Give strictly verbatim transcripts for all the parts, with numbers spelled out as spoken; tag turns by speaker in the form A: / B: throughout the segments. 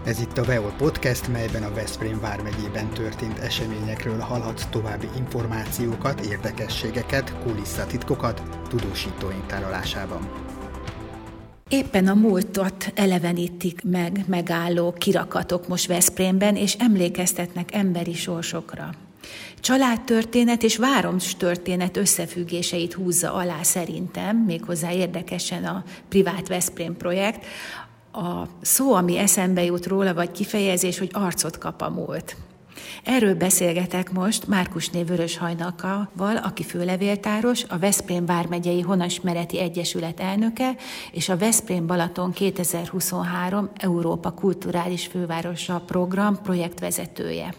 A: Ez itt a vé e o Podcast, melyben a Veszprém vármegyében történt eseményekről hallhatsz további információkat, érdekességeket, kulisszatitkokat tudósítóink tárolásában.
B: Éppen a múltat elevenítik meg megálló kirakatok most Veszprémben, és emlékeztetnek emberi sorsokra. Családtörténet és várostörténet összefüggéseit húzza alá szerintem, méghozzá érdekesen a Privát Veszprém projekt. A szó, ami eszembe jut róla, vagy kifejezés, hogy arcot kap a múlt. Erről beszélgetek most Márkusné Vöröshajnalkával, aki főlevéltáros, a Veszprém vármegyei Honosmereti Egyesület elnöke, és a Veszprém-Balaton kétezer-huszonhárom Európa Kulturális Fővárosa program projektvezetője.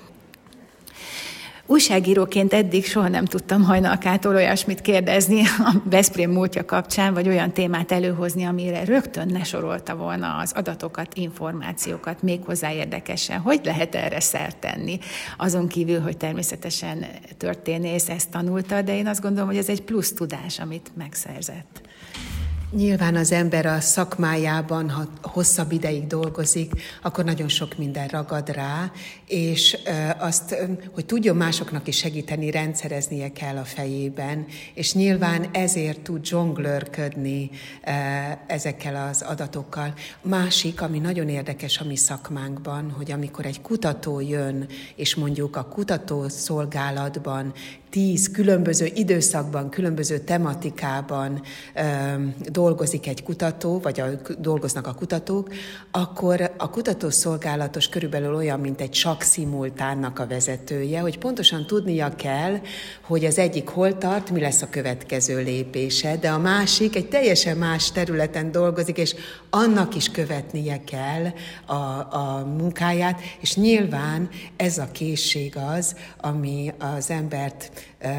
B: Újságíróként eddig soha nem tudtam Hajnalkától olyasmit kérdezni a Veszprém múltja kapcsán, vagy olyan témát előhozni, amire rögtön ne sorolta volna az adatokat, információkat, méghozzá érdekesen. Hogy lehet erre szert tenni? Azon kívül, hogy természetesen történész, ezt tanulta, de én azt gondolom, hogy ez egy plusz tudás, amit megszerzett.
C: Nyilván az ember a szakmájában, ha hosszabb ideig dolgozik, akkor nagyon sok minden ragad rá, és azt, hogy tudjon másoknak is segíteni, rendszereznie kell a fejében, és nyilván ezért tud zsonglőrködni ezekkel az adatokkal. Másik, ami nagyon érdekes a mi szakmánkban, hogy amikor egy kutató jön, és mondjuk a kutatószolgálatban tíz különböző időszakban, különböző tematikában ö, dolgozik egy kutató, vagy a, dolgoznak a kutatók, akkor a kutatószolgálatos körülbelül olyan, mint egy sakszimultánnak a vezetője, hogy pontosan tudnia kell, hogy az egyik hol tart, mi lesz a következő lépése, de a másik egy teljesen más területen dolgozik, és annak is követnie kell a, a munkáját, és nyilván ez a készség az, ami az embert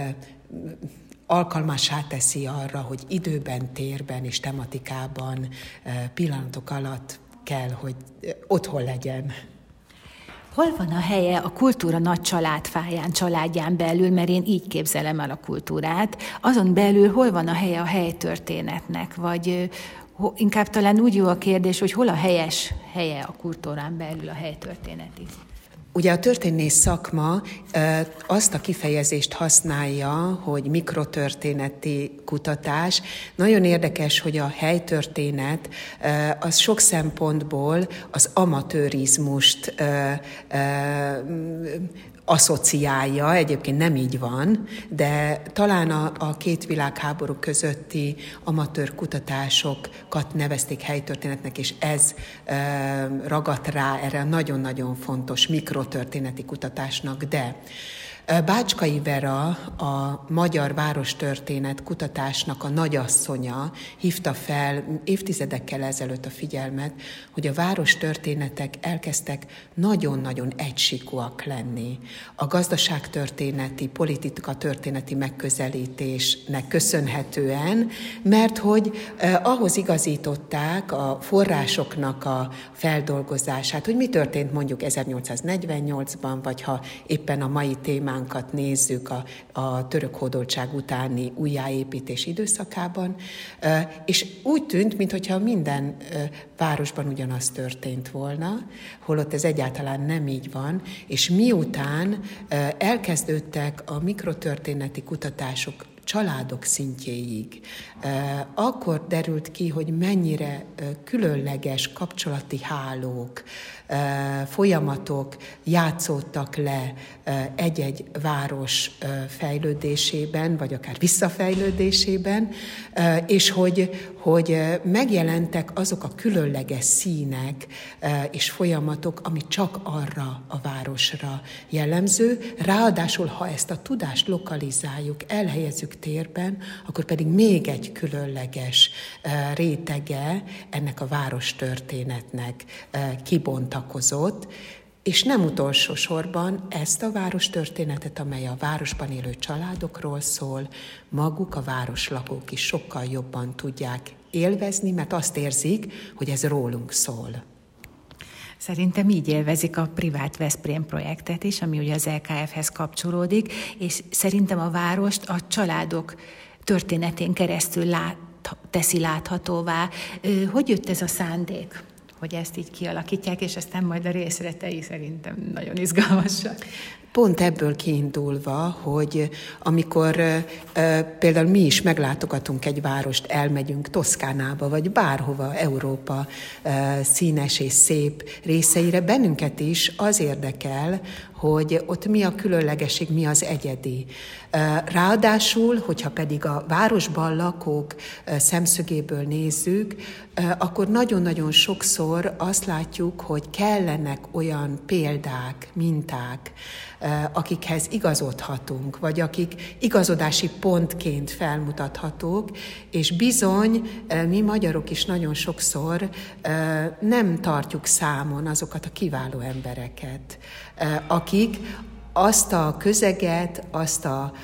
C: alkalmassá teszi arra, hogy időben, térben és tematikában pillanatok alatt kell, hogy otthon legyen.
B: Hol van a helye a kultúra nagy családfáján, családján belül, mert én így képzelem el a kultúrát, azon belül hol van a helye a helytörténetnek, vagy inkább talán úgy jó a kérdés, hogy hol a helyes helye a kultúrán belül a helytörténeti?
C: Ugye a történész szakma azt a kifejezést használja, hogy mikrotörténeti kutatás. Nagyon érdekes, hogy a helytörténet az sok szempontból az amatőrizmust asszociálja, egyébként nem így van, de talán a, a két világháború közötti amatőr kutatásokat nevezték helytörténetnek, és ez e, ragadt rá erre nagyon-nagyon fontos mikrotörténeti kutatásnak, de Bácskai Vera, a magyar várostörténet kutatásnak a nagyasszonya hívta fel évtizedekkel ezelőtt a figyelmet, hogy a várostörténetek elkezdtek nagyon-nagyon egysíkúak lenni. A gazdaságtörténeti, politikatörténeti megközelítésnek köszönhetően, mert hogy eh, ahhoz igazították a forrásoknak a feldolgozását, hogy mi történt mondjuk ezernyolcszáznegyvennyolcban, vagy ha éppen a mai témánkat nézzük a, a török hódoltság utáni újjáépítés időszakában, és úgy tűnt, mintha minden városban ugyanaz történt volna, holott ez egyáltalán nem így van, és miután elkezdődtek a mikrotörténeti kutatások családok szintjéig, akkor derült ki, hogy mennyire különleges kapcsolati hálók, folyamatok játszódtak le egy-egy város fejlődésében, vagy akár visszafejlődésében, és hogy, hogy megjelentek azok a különleges színek és folyamatok, ami csak arra a városra jellemző. Ráadásul, ha ezt a tudást lokalizáljuk, elhelyezzük térben, akkor pedig még egy különleges rétege ennek a várostörténetnek kibontakozott, és nem utolsó sorban ezt a várostörténetet, amely a városban élő családokról szól, maguk a városlakók is sokkal jobban tudják élvezni, mert azt érzik, hogy ez rólunk szól.
B: Szerintem így élvezik a Privát Veszprém projektet is, ami ugye az é ká ef-hez kapcsolódik, és szerintem a várost a családok történetén keresztül lát, teszi láthatóvá. Hogy jött ez a szándék? hogy ezt így kialakítják, és aztán majd a részletei szerintem nagyon izgalmasak.
C: Pont ebből kiindulva, hogy amikor e, e, például mi is meglátogatunk egy várost, elmegyünk Toszkánába, vagy bárhova, Európa e, színes és szép részeire, bennünket is az érdekel, hogy ott mi a különlegesség, mi az egyedi. Ráadásul, hogyha pedig a városban lakók szemszögéből nézzük, akkor nagyon-nagyon sokszor azt látjuk, hogy kellenek olyan példák, minták, akikhez igazodhatunk, vagy akik igazodási pontként felmutathatók, és bizony mi magyarok is nagyon sokszor nem tartjuk számon azokat a kiváló embereket, akik azt a közeget, azt a,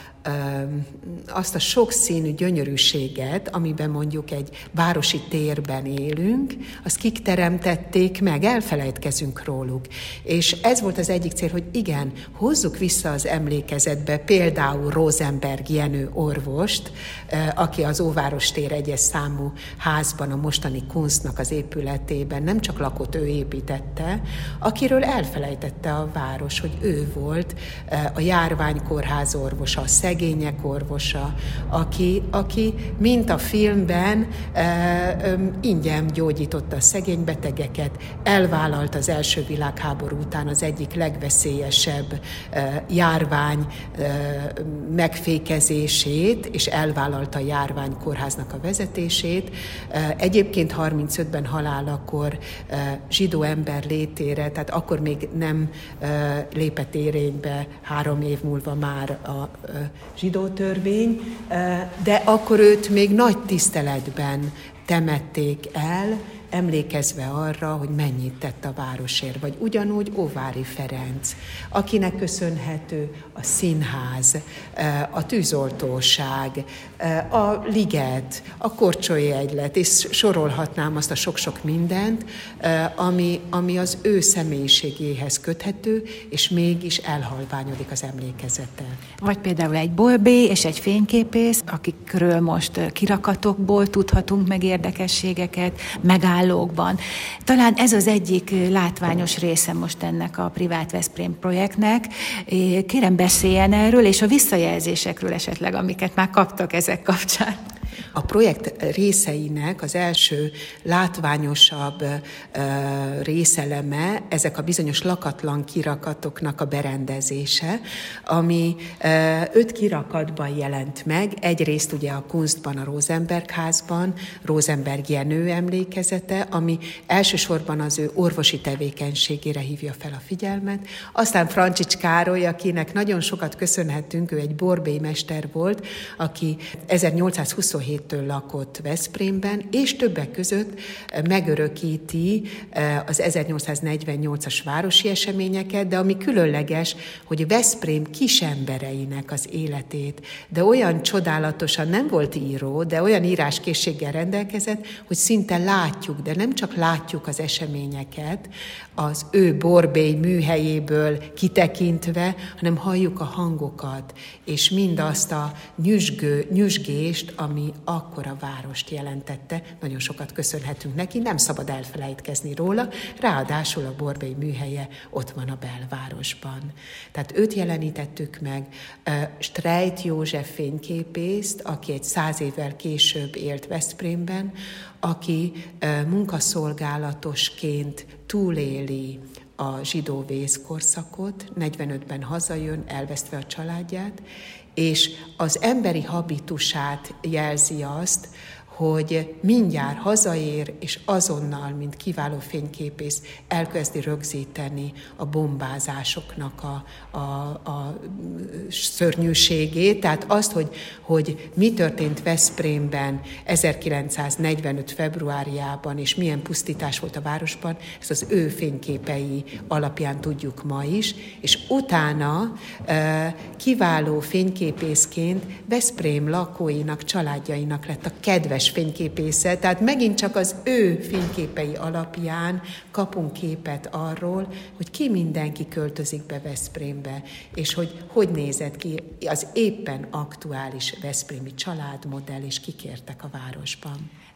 C: azt a sokszínű gyönyörűséget, amiben mondjuk egy városi térben élünk, azt kik teremtették meg, elfelejtkezünk róluk. És ez volt az egyik cél, hogy igen, hozzuk vissza az emlékezetbe például Rosenberg Jenő orvost, aki az Óváros tér egyes számú házban, a mostani Kunstnak az épületében nem csak lakott, ő építette, akiről elfelejtette a város, hogy ő volt a járványkórház orvosa, a szegények orvosa, aki, aki mint a filmben e, e, ingyen gyógyította a szegény betegeket, elvállalt az első világháború után az egyik legveszélyesebb e, járvány e, megfékezését, és elvállalta a járványkórháznak a vezetését. E, egyébként harmincötben halálakor e, zsidó ember létére, tehát akkor még nem e, lépett érvénybe, három év múlva már a e, zsidó törvény, de akkor őt még nagy tiszteletben temették el, emlékezve arra, hogy mennyit tett a városért, vagy ugyanúgy Óvári Ferenc, akinek köszönhető a színház, a tűzoltóság, a liget, a Korcsolyi Egylet, és sorolhatnám azt a sok-sok mindent, ami, ami az ő személyiségéhez köthető, és mégis elhalványodik az emlékezete.
B: Vagy például egy bolbé és egy fényképész, akikről most kirakatokból tudhatunk meg érdekességeket, megállókban. Talán ez az egyik látványos része most ennek a Privát Veszprém projektnek. Kérem, beszéljen erről, és a visszajelzésekről esetleg, amiket már kaptak ezek kapcsán.
C: A projekt részeinek az első látványosabb részeleme ezek a bizonyos lakatlan kirakatoknak a berendezése, ami öt kirakatban jelent meg. Egyrészt ugye a Kunstban, a Rosenberg házban, Rosenberg Jenő emlékezete, ami elsősorban az ő orvosi tevékenységére hívja fel a figyelmet. Aztán Francsics Károly, akinek nagyon sokat köszönhetünk, ő egy borbély mester volt, aki ezernyolcszázhuszonhéttől lakott Veszprémben, és többek között megörökíti az ezernyolcszáznegyvennyolcas városi eseményeket, de ami különleges, hogy Veszprém kisembereinek az életét, de olyan csodálatosan nem volt író, de olyan íráskészséggel rendelkezett, hogy szinte látjuk, de nem csak látjuk az eseményeket, az ő borbély műhelyéből kitekintve, hanem halljuk a hangokat, és mindazt a nyüzsgő, nyüzsgést, ami akkor a várost jelentette. Nagyon sokat köszönhetünk neki, nem szabad elfelejtkezni róla, ráadásul a borbély műhelye ott van a belvárosban. Tehát őt jelenítettük meg, Strejt József fényképészt, aki egy száz évvel később élt Veszprémben, aki munkaszolgálatosként túléli a zsidó vészkorszakot, negyvenötben hazajön, elvesztve a családját, és az emberi habitusát jelzi azt, hogy mindjárt hazaér, és azonnal, mint kiváló fényképész, elkezdi rögzíteni a bombázásoknak a, a, a szörnyűségét. Tehát azt, hogy, hogy mi történt Veszprémben ezerkilencszáznegyvenöt februárjában, és milyen pusztítás volt a városban, ezt az ő fényképei alapján tudjuk ma is, és utána kiváló fényképészként Veszprém lakóinak, családjainak lett a kedves fényképésze, tehát megint csak az ő fényképei alapján kapunk képet arról, hogy ki mindenki költözik be Veszprémbe, és hogy hogy nézett ki az éppen aktuális veszprémi családmodell, és kik értek a városban.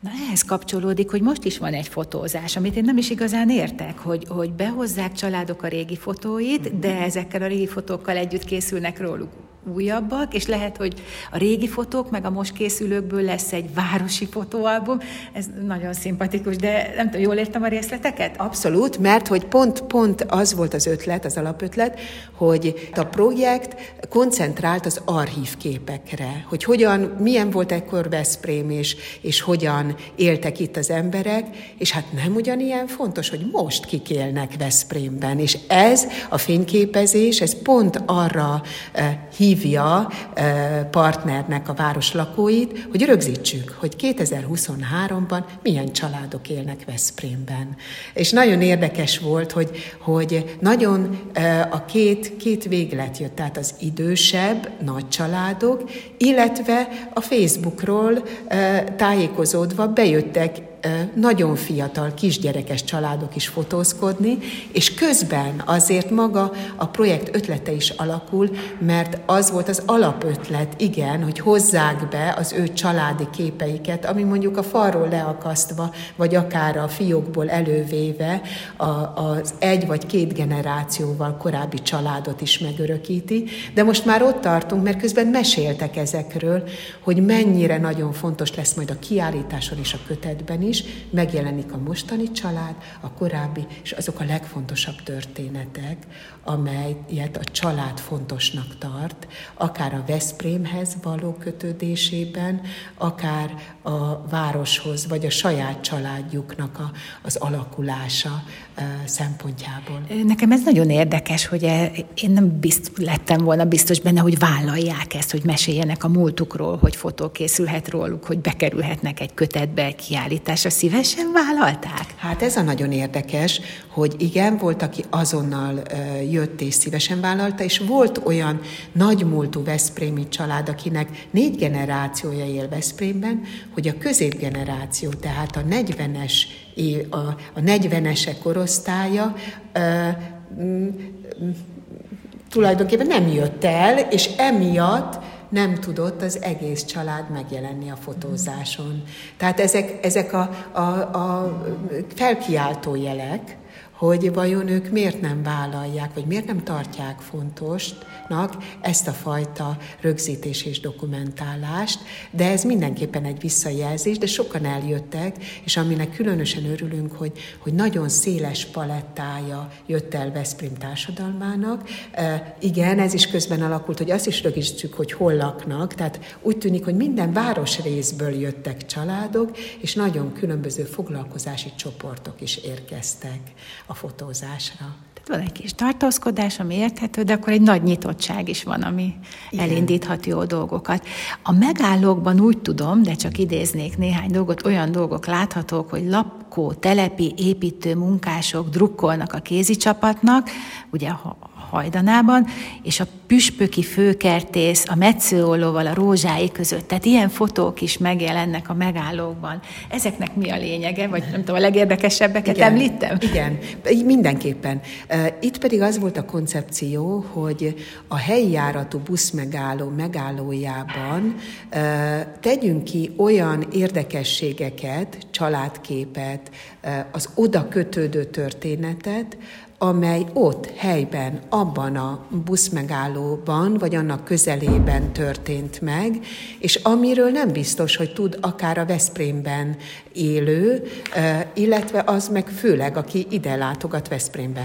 B: Na, ehhez kapcsolódik, hogy most is van egy fotózás, amit én nem is igazán értek, hogy, hogy behozzák családok a régi fotóit, de ezekkel a régi fotókkal együtt készülnek róluk újabbak, és lehet, hogy a régi fotók, meg a most készülőkből lesz egy városi fotóalbum. Ez nagyon szimpatikus, de nem tudom, jól értem a részleteket?
C: Abszolút, mert hogy pont, pont az volt az ötlet, az alapötlet, hogy a projekt koncentrált az archív képekre, hogy hogyan, milyen volt ekkor Veszprém, és, és hogyan éltek itt az emberek, és hát nem ugyanilyen fontos, hogy most kik élnek Veszprémben, és ez a fényképezés, ez pont arra eh, hívja eh, partnernek a város lakóit, hogy rögzítsük, hogy kétezer-huszonháromban milyen családok élnek Veszprémben. És nagyon érdekes volt, hogy, hogy nagyon eh, a két, két véglet jött, tehát az idősebb nagy családok, illetve a Facebookról eh, tájékozódva bejöttek nagyon fiatal, kisgyerekes családok is fotózkodni, és közben azért maga a projekt ötlete is alakul, mert az volt az alapötlet, igen, hogy hozzák be az ő családi képeiket, ami mondjuk a falról leakasztva, vagy akár a fiókból elővéve az egy vagy két generációval korábbi családot is megörökíti, de most már ott tartunk, mert közben meséltek ezekről, hogy mennyire nagyon fontos lesz majd a kiállításon és a kötetben is, is megjelenik a mostani család, a korábbi, és azok a legfontosabb történetek, amelyet a család fontosnak tart, akár a Veszprémhez való kötődésében, akár a városhoz, vagy a saját családjuknak a, az alakulása szempontjából.
B: Nekem ez nagyon érdekes, hogy én nem bizt, lettem volna biztos benne, hogy vállalják ezt, hogy meséljenek a múltukról, hogy fotó készülhet róluk, hogy bekerülhetnek egy kötetbe, egy kiállításra. Szívesen vállalták?
C: Hát ez a nagyon érdekes, hogy igen, volt, aki azonnal jött és szívesen vállalta, és volt olyan nagymúltú veszprémi család, akinek négy generációja él Veszprémben, hogy a középgeneráció, tehát a negyvenes A, a negyvenesek korosztálya ö, m, m, tulajdonképpen nem jött el, és emiatt nem tudott az egész család megjelenni a fotózáson. Tehát ezek, ezek a, a, a felkiáltó jelek, hogy vajon ők miért nem vállalják, vagy miért nem tartják fontosnak ezt a fajta rögzítés és dokumentálást, de ez mindenképpen egy visszajelzés, de sokan eljöttek, és aminek különösen örülünk, hogy, hogy nagyon széles palettája jött el Veszprém társadalmának. E, igen, ez is közben alakult, hogy azt is rögzítsük, hogy hol laknak, tehát úgy tűnik, hogy minden városrészből jöttek családok, és nagyon különböző foglalkozási csoportok is érkeztek a fotózásra.
B: Tehát van egy kis tartózkodás, ami érthető, de akkor egy nagy nyitottság is van, ami igen, elindíthat jó dolgokat. A megállókban úgy tudom, de csak idéznék néhány dolgot, olyan dolgok láthatók, hogy lakó, telepi, építő munkások drukkolnak a kézicsapatnak, ugye Hajdanában, és a püspöki főkertész a metszőollóval a rózsái között. Tehát ilyen fotók is megjelennek a megállókban. Ezeknek mi a lényege? Vagy nem tudom, a legérdekesebbeket igen, említem?
C: Igen, mindenképpen. Itt pedig az volt a koncepció, hogy a helyi járatú buszmegálló megállójában tegyünk ki olyan érdekességeket, családképet, az oda kötődő történetet, amely ott helyben, abban a buszmegállóban, vagy annak közelében történt meg, és amiről nem biztos, hogy tud akár a Veszprémben élő, illetve az meg főleg, aki ide látogat Veszprémbe.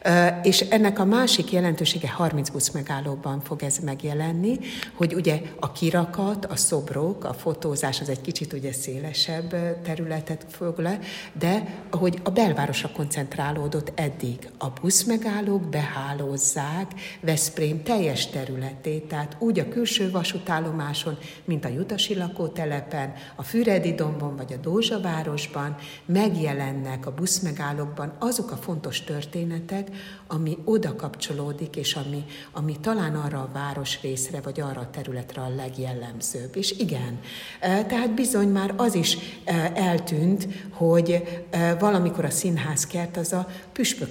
C: És ennek a másik jelentősége, harminc buszmegállóban fog ez megjelenni, hogy ugye a kirakat, a szobrok, a fotózás az egy kicsit ugye szélesebb területet foglal, de hogy a belvárosra koncentrálódott eddig. A buszmegállók behálózzák Veszprém teljes területét, tehát úgy a külső vasútállomáson, mint a Jutasi lakótelepen, a Füredi dombon vagy a Dózsavárosban megjelennek a buszmegállókban azok a fontos történetek, ami oda kapcsolódik, és ami, ami talán arra a városrészre, vagy arra a területre a legjellemzőbb. És igen, tehát bizony már az is eltűnt, hogy valamikor a színházkert az a püspöknek volt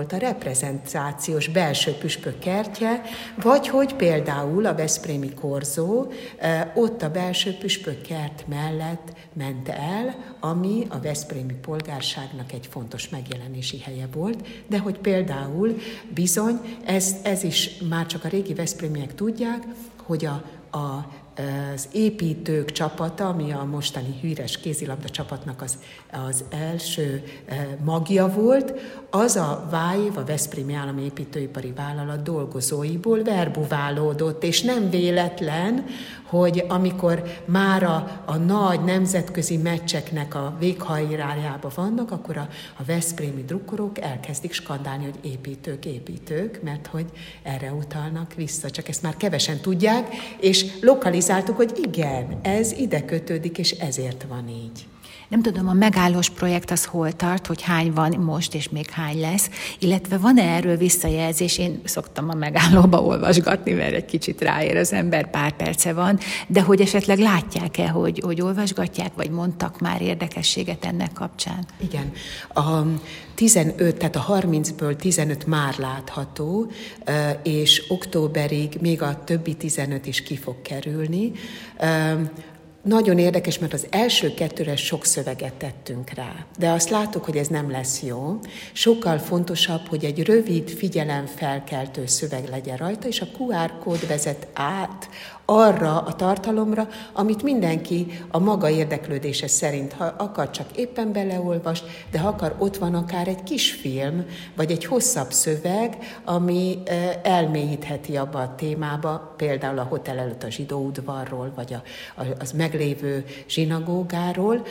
C: volt a reprezentációs belső püspök kertje, vagy hogy például a veszprémi korzó ott a belső püspök kert mellett ment el, ami a veszprémi polgárságnak egy fontos megjelenési helye volt, de hogy például bizony, ez, ez is már csak a régi veszprémiek tudják, hogy a, a az építők csapata, ami a mostani híres kézilabda csapatnak az, az első magja volt, az a VÁIV, a Veszprémi Állami Építőipari Vállalat dolgozóiból verbuválódott, és nem véletlen, hogy amikor már a, a nagy nemzetközi meccseknek a véghajrájában vannak, akkor a, a veszprémi drukkolók elkezdik skandálni, hogy építők, építők, mert hogy erre utalnak vissza. Csak ezt már kevesen tudják, és lokalizáltuk, hogy igen, ez ide kötődik, és ezért van így.
B: Nem tudom, a megállós projekt az hol tart, hogy hány van most, és még hány lesz, illetve van-e erről visszajelzés? Én szoktam a megállóba olvasgatni, mert egy kicsit ráér az ember, pár perce van, de hogy esetleg látják-e, hogy, hogy olvasgatják, vagy mondtak már érdekességet ennek kapcsán?
C: Igen. A tizenöt, tehát a harmincból tizenöt már látható, és októberig még a többi tizenöt is ki fog kerülni. Nagyon érdekes, mert az első kettőre sok szöveget tettünk rá, de azt láttuk, hogy ez nem lesz jó. Sokkal fontosabb, hogy egy rövid, figyelemfelkeltő szöveg legyen rajta, és a kú er kód vezet át arra a tartalomra, amit mindenki a maga érdeklődése szerint, ha akar, csak éppen beleolvas, de ha akar, ott van akár egy kis film, vagy egy hosszabb szöveg, ami elmélyítheti abba a témába, például a hotel előtt a zsidó udvarról, vagy a, az meglévő zsinagógáról.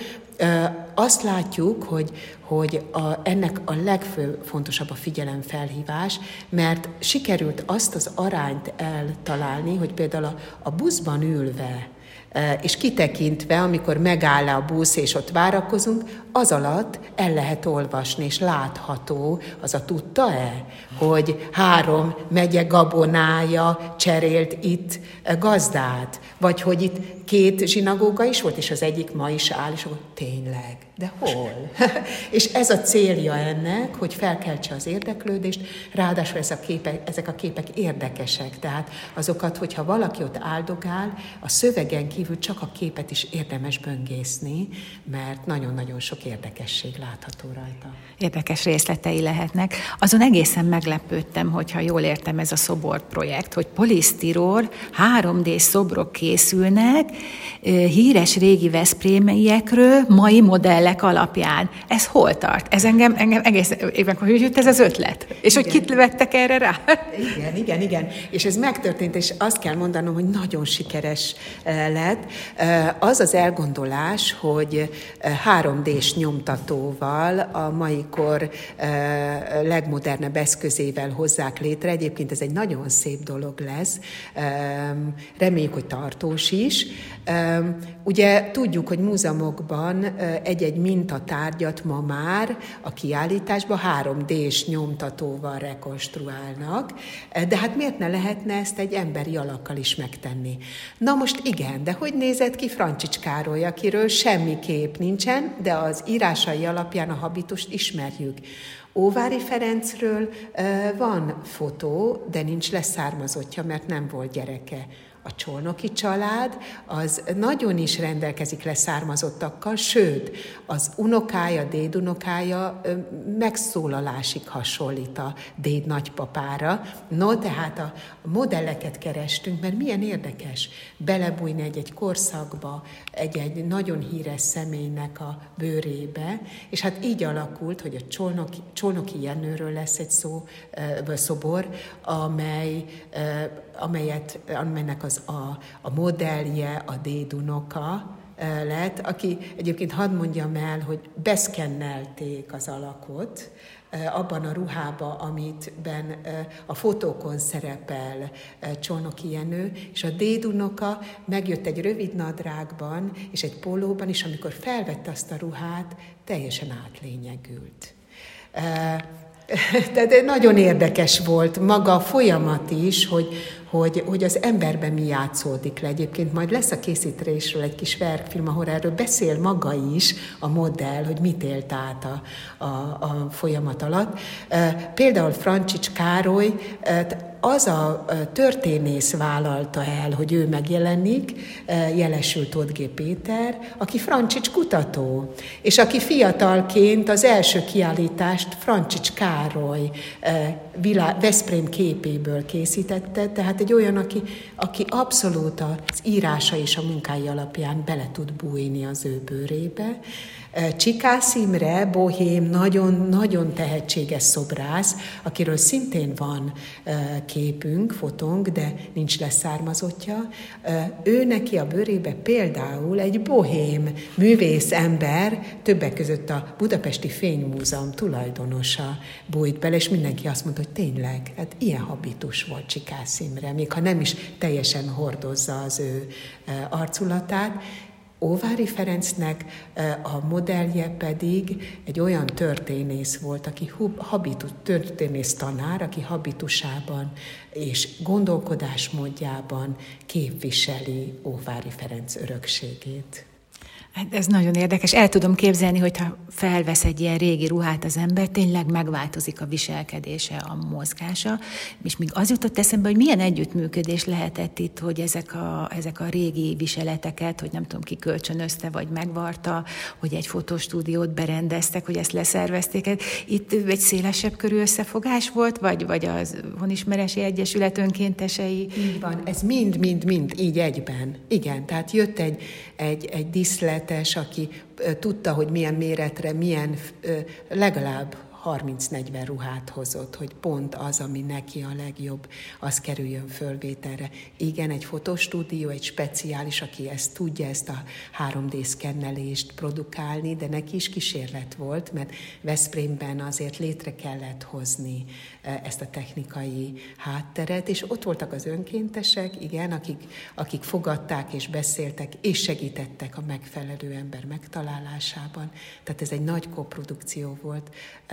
C: Azt látjuk, hogy, hogy a, ennek a legfontosabb a figyelemfelhívás, mert sikerült azt az arányt eltalálni, hogy például a, a buszban ülve, és kitekintve, amikor megáll a busz, és ott várakozunk, az alatt el lehet olvasni, és látható, az a tudta-e, hogy három megye gabonája cserélt itt gazdát, vagy hogy itt két zsinagóga is volt, és az egyik ma is áll, és akkor tényleg, de hol? És ez a célja ennek, hogy felkeltse az érdeklődést, ráadásul ez a képek, ezek a képek érdekesek, tehát azokat, hogyha valaki ott áldogál, a szövegen kívül csak a képet is érdemes böngészni, mert nagyon-nagyon sok érdekesség látható rajta.
B: Érdekes részletei lehetnek. Azon egészen meglepődtem, hogyha jól értem, ez a szoborprojekt, hogy polisztirol, három dé szobrok készülnek, híres régi veszprémiekről, mai modellek alapján. Ez hol tart? Ez engem, engem egész évben, hogy jött ez az ötlet. És igen. Hogy kit vettek erre rá?
C: Igen, igen, igen. És ez megtörtént, és azt kell mondanom, hogy nagyon sikeres lett. Az az elgondolás, hogy három dés nyomtatóval a mai kor legmodernebb eszközével hozzák létre. Egyébként ez egy nagyon szép dolog lesz. Reméljük, hogy tartós is. Ugye tudjuk, hogy múzeumokban egy-egy mintatárgyat ma már a kiállításban három dés nyomtatóval rekonstruálnak, de hát miért ne lehetne ezt egy emberi alakkal is megtenni? Na most igen, de hogy nézett ki Francsics Károly, akiről semmi kép nincsen, de az írásai alapján a habitust ismerjük. Óváry Ferencről van fotó, de nincs leszármazottja, mert nem volt gyereke. A Csolnoki család az nagyon is rendelkezik leszármazottakkal, sőt, az unokája, dédunokája megszólalásig hasonlít a déd nagypapára. No, tehát a modelleket kerestünk, mert milyen érdekes belebújni egy-egy korszakba, egy-egy nagyon híres személynek a bőrébe, és hát így alakult, hogy a Csolnoki, Csolnoki Jenőről lesz egy szó, vagy szobor, amely, amelyet, amelynek az a, a modellje a dédunoka lett, aki egyébként hadd mondjam el, hogy beszkennelték az alakot, abban a ruhába, amitben a fotókon szerepel Csolnoki Jenő, és a dédunoka megjött egy rövid nadrágban és egy pólóban, és amikor felvette azt a ruhát, teljesen átlényegült. Tehát nagyon érdekes volt maga a folyamat is, hogy, hogy, hogy az emberben mi játszódik le. Egyébként majd lesz a készítésről egy kis verkfilm, ahol erről beszél maga is a modell, hogy mit élt át a, a, a folyamat alatt. Például Francsics Károly, az a történész vállalta el, hogy ő megjelenik, jelesül Tóth G. Péter, aki Francsics kutató, és aki fiatalként az első kiállítást Francsics Károly Veszprém képéből készítette, tehát egy olyan, aki, aki abszolút az írása és a munkái alapján bele tud bújni az ő bőrébe. Csikász Imre, bohém, nagyon-nagyon tehetséges szobrász, akiről szintén van képünk, fotónk, de nincs leszármazottja. Ő neki a bőrébe például egy bohém művész ember, többek között a Budapesti Fénymúzeum tulajdonosa bújt bele, és mindenki azt mondta, hogy tényleg, hát ilyen habitus volt Csikász Imre, még ha nem is teljesen hordozza az ő arculatát. Óváry Ferencnek a modellje pedig egy olyan történész volt, aki habitus, történész tanár, aki habitusában és gondolkodásmódjában képviseli Óváry Ferenc örökségét.
B: Hát ez nagyon érdekes. El tudom képzelni, hogyha felvesz egy ilyen régi ruhát az ember, tényleg megváltozik a viselkedése, a mozgása. És még az jutott eszembe, hogy milyen együttműködés lehetett itt, hogy ezek a, ezek a régi viseleteket, hogy nem tudom, ki kölcsönözte, vagy megvarta, hogy egy fotostúdiót berendeztek, hogy ezt leszervezték. Itt egy szélesebb körű összefogás volt, vagy, vagy az Honismeresi Egyesület önkéntesei?
C: Így van, ez mind-mind-mind így egyben. Igen, tehát jött egy, egy, egy diszlet, aki tudta, hogy milyen méretre, milyen legalább harminc-negyven ruhát hozott, hogy pont az, ami neki a legjobb, az kerüljön fölvételre. Igen, egy fotostúdió, egy speciális, aki ezt tudja, ezt a három dé szkennelést produkálni, de neki is kísérlet volt, mert Veszprémben azért létre kellett hozni ezt a technikai hátteret, és ott voltak az önkéntesek, igen, akik, akik fogadták és beszéltek, és segítettek a megfelelő ember megtalálásában. Tehát ez egy nagy koprodukció volt,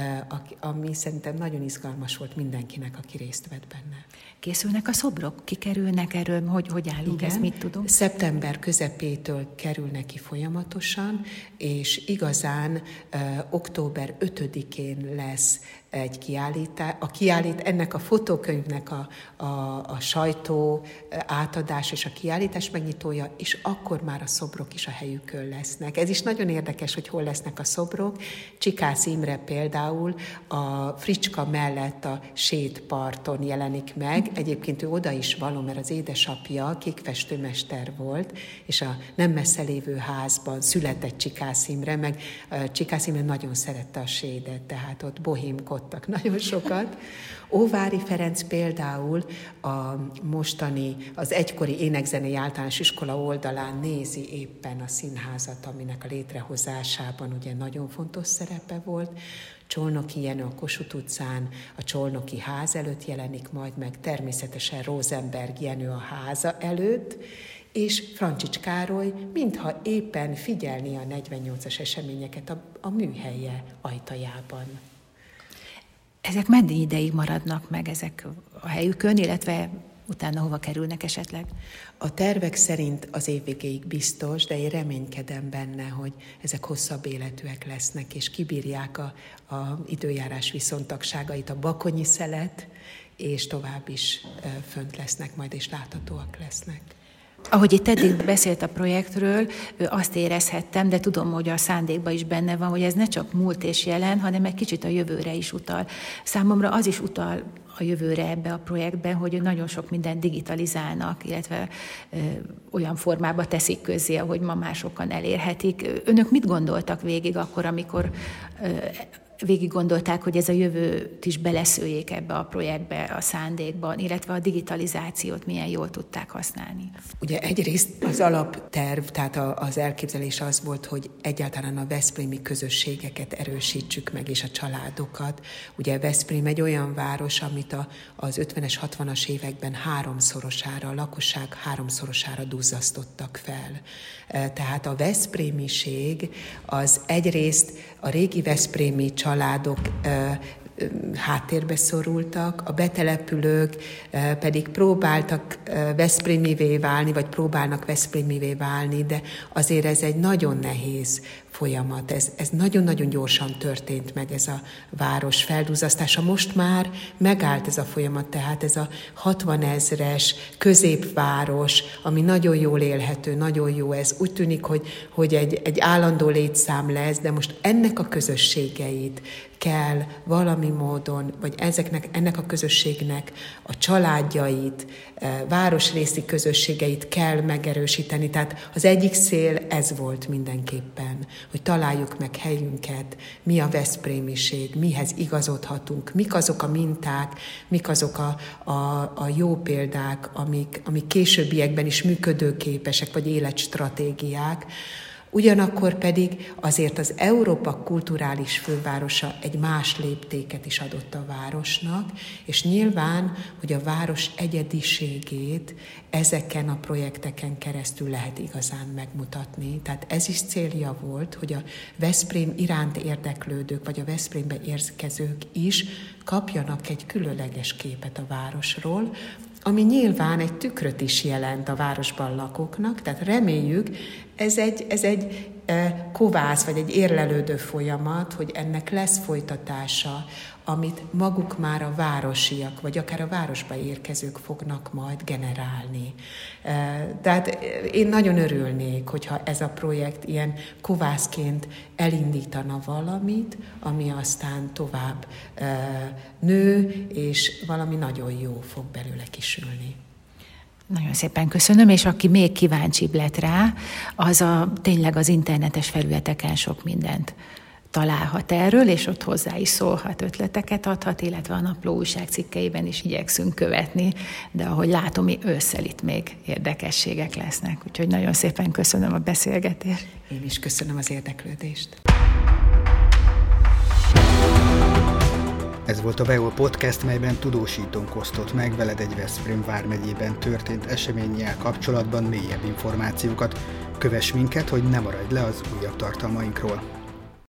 C: ami szerintem nagyon izgalmas volt mindenkinek, aki részt vett benne.
B: Készülnek a szobrok? Kikerülnek erről? Hogy, hogy állunk? Ezt mit tudunk?
C: Szeptember közepétől kerülnek ki folyamatosan, és igazán uh, október ötödikén lesz egy kiállítás. A kiállít, ennek a fotókönyvnek a, a, a sajtó átadás és a kiállítás megnyitója, és akkor már a szobrok is a helyükön lesznek. Ez is nagyon érdekes, hogy hol lesznek a szobrok. Csikász Imre például a Fricska mellett a sétparton jelenik meg. Egyébként ő oda is való, mert az édesapja kékfestőmester volt, és a nem messze lévő házban született Csikász Imre, meg Csikász Imre nagyon szerette a sédet, tehát ott bohémkodtak nagyon sokat. Óváry Ferenc például a mostani, az egykori énekzenei általános iskola oldalán nézi éppen a színházat, aminek a létrehozásában ugye nagyon fontos szerepe volt. Csolnoki Jenő a Kossuth utcán, a Csolnoki ház előtt jelenik majd meg, természetesen Rosenberg Jenő a háza előtt, és Francsics Károly, mintha éppen figyelni a negyvennyolcas eseményeket a, a műhelye ajtajában.
B: Ezek meddig ideig maradnak meg ezek a helyükön, illetve utána hova kerülnek esetleg?
C: A tervek szerint az év végéig biztos, de én reménykedem benne, hogy ezek hosszabb életűek lesznek, és kibírják a, a időjárás viszontagságait, a bakonyi szelet, és tovább is fönt lesznek majd, és láthatóak lesznek.
B: Ahogy itt eddig beszélt a projektről, azt érezhettem, de tudom, hogy a szándékban is benne van, hogy ez ne csak múlt és jelen, hanem egy kicsit a jövőre is utal. Számomra az is utal a jövőre ebbe a projektben, hogy nagyon sok mindent digitalizálnak, illetve ö, olyan formába teszik közzé, ahogy ma már sokan elérhetik. Önök mit gondoltak végig akkor, amikor ö, végig gondolták, hogy ez a jövőt is beleszőjék ebbe a projektbe, a szándékban, illetve a digitalizációt milyen jól tudták használni?
C: Ugye egyrészt az alapterv, tehát az elképzelés az volt, hogy egyáltalán a veszprémi közösségeket erősítsük meg, és a családokat. Ugye Veszprém egy olyan város, amit a, az ötvenes, hatvanas években háromszorosára, a lakosság háromszorosára duzzasztottak fel. Tehát a veszprémiség az egyrészt a régi veszprémi családok háttérbe szorultak, a betelepülők pedig próbáltak veszprémivé válni, vagy próbálnak veszprémivé válni, de azért ez egy nagyon nehéz folyamat. Ez, ez nagyon-nagyon gyorsan történt meg, ez a város feldúzasztása. Most már megállt ez a folyamat, tehát ez a hatvanezres középváros, ami nagyon jól élhető, nagyon jó. Ez úgy tűnik, hogy, hogy egy, egy állandó létszám lesz, de most ennek a közösségeit kell valami módon, vagy ezeknek, ennek a közösségnek a családjait, városrészi közösségeit kell megerősíteni. Tehát az egyik cél ez volt mindenképpen, hogy találjuk meg helyünket, mi a veszprémiség, mihez igazodhatunk, mik azok a minták, mik azok a, a, a jó példák, amik, amik későbbiekben is működőképesek, vagy életstratégiák. Ugyanakkor pedig azért az Európa kulturális fővárosa egy más léptéket is adott a városnak, és nyilván, hogy a város egyediségét ezeken a projekteken keresztül lehet igazán megmutatni. Tehát ez is célja volt, hogy a Veszprém iránt érdeklődők, vagy a Veszprémbe érkezők is kapjanak egy különleges képet a városról, ami nyilván egy tükröt is jelent a városban lakóknak, tehát reméljük, ez egy, ez egy kovász, vagy egy érlelődő folyamat, hogy ennek lesz folytatása, amit maguk már a városiak, vagy akár a városba érkezők fognak majd generálni. Tehát én nagyon örülnék, hogyha ez a projekt ilyen kovászként elindítana valamit, ami aztán tovább nő, és valami nagyon jó fog belőle kisülni.
B: Nagyon szépen köszönöm, és aki még kíváncsibb lett rá, az a, tényleg az internetes felületeken sok mindent találhat erről, és ott hozzá is szólhat, ötleteket adhat, illetve a Napló újság cikkeiben is igyekszünk követni, de ahogy látom, ősszel itt még érdekességek lesznek. Úgyhogy nagyon szépen köszönöm a beszélgetést.
C: Én is köszönöm az érdeklődést.
A: Ez volt a vé e o Podcast, melyben tudósítónk osztott meg veled egy Veszprém vármegyében történt eseménnyel kapcsolatban mélyebb információkat. Kövess minket, hogy ne maradj le az újabb tartalmainkról.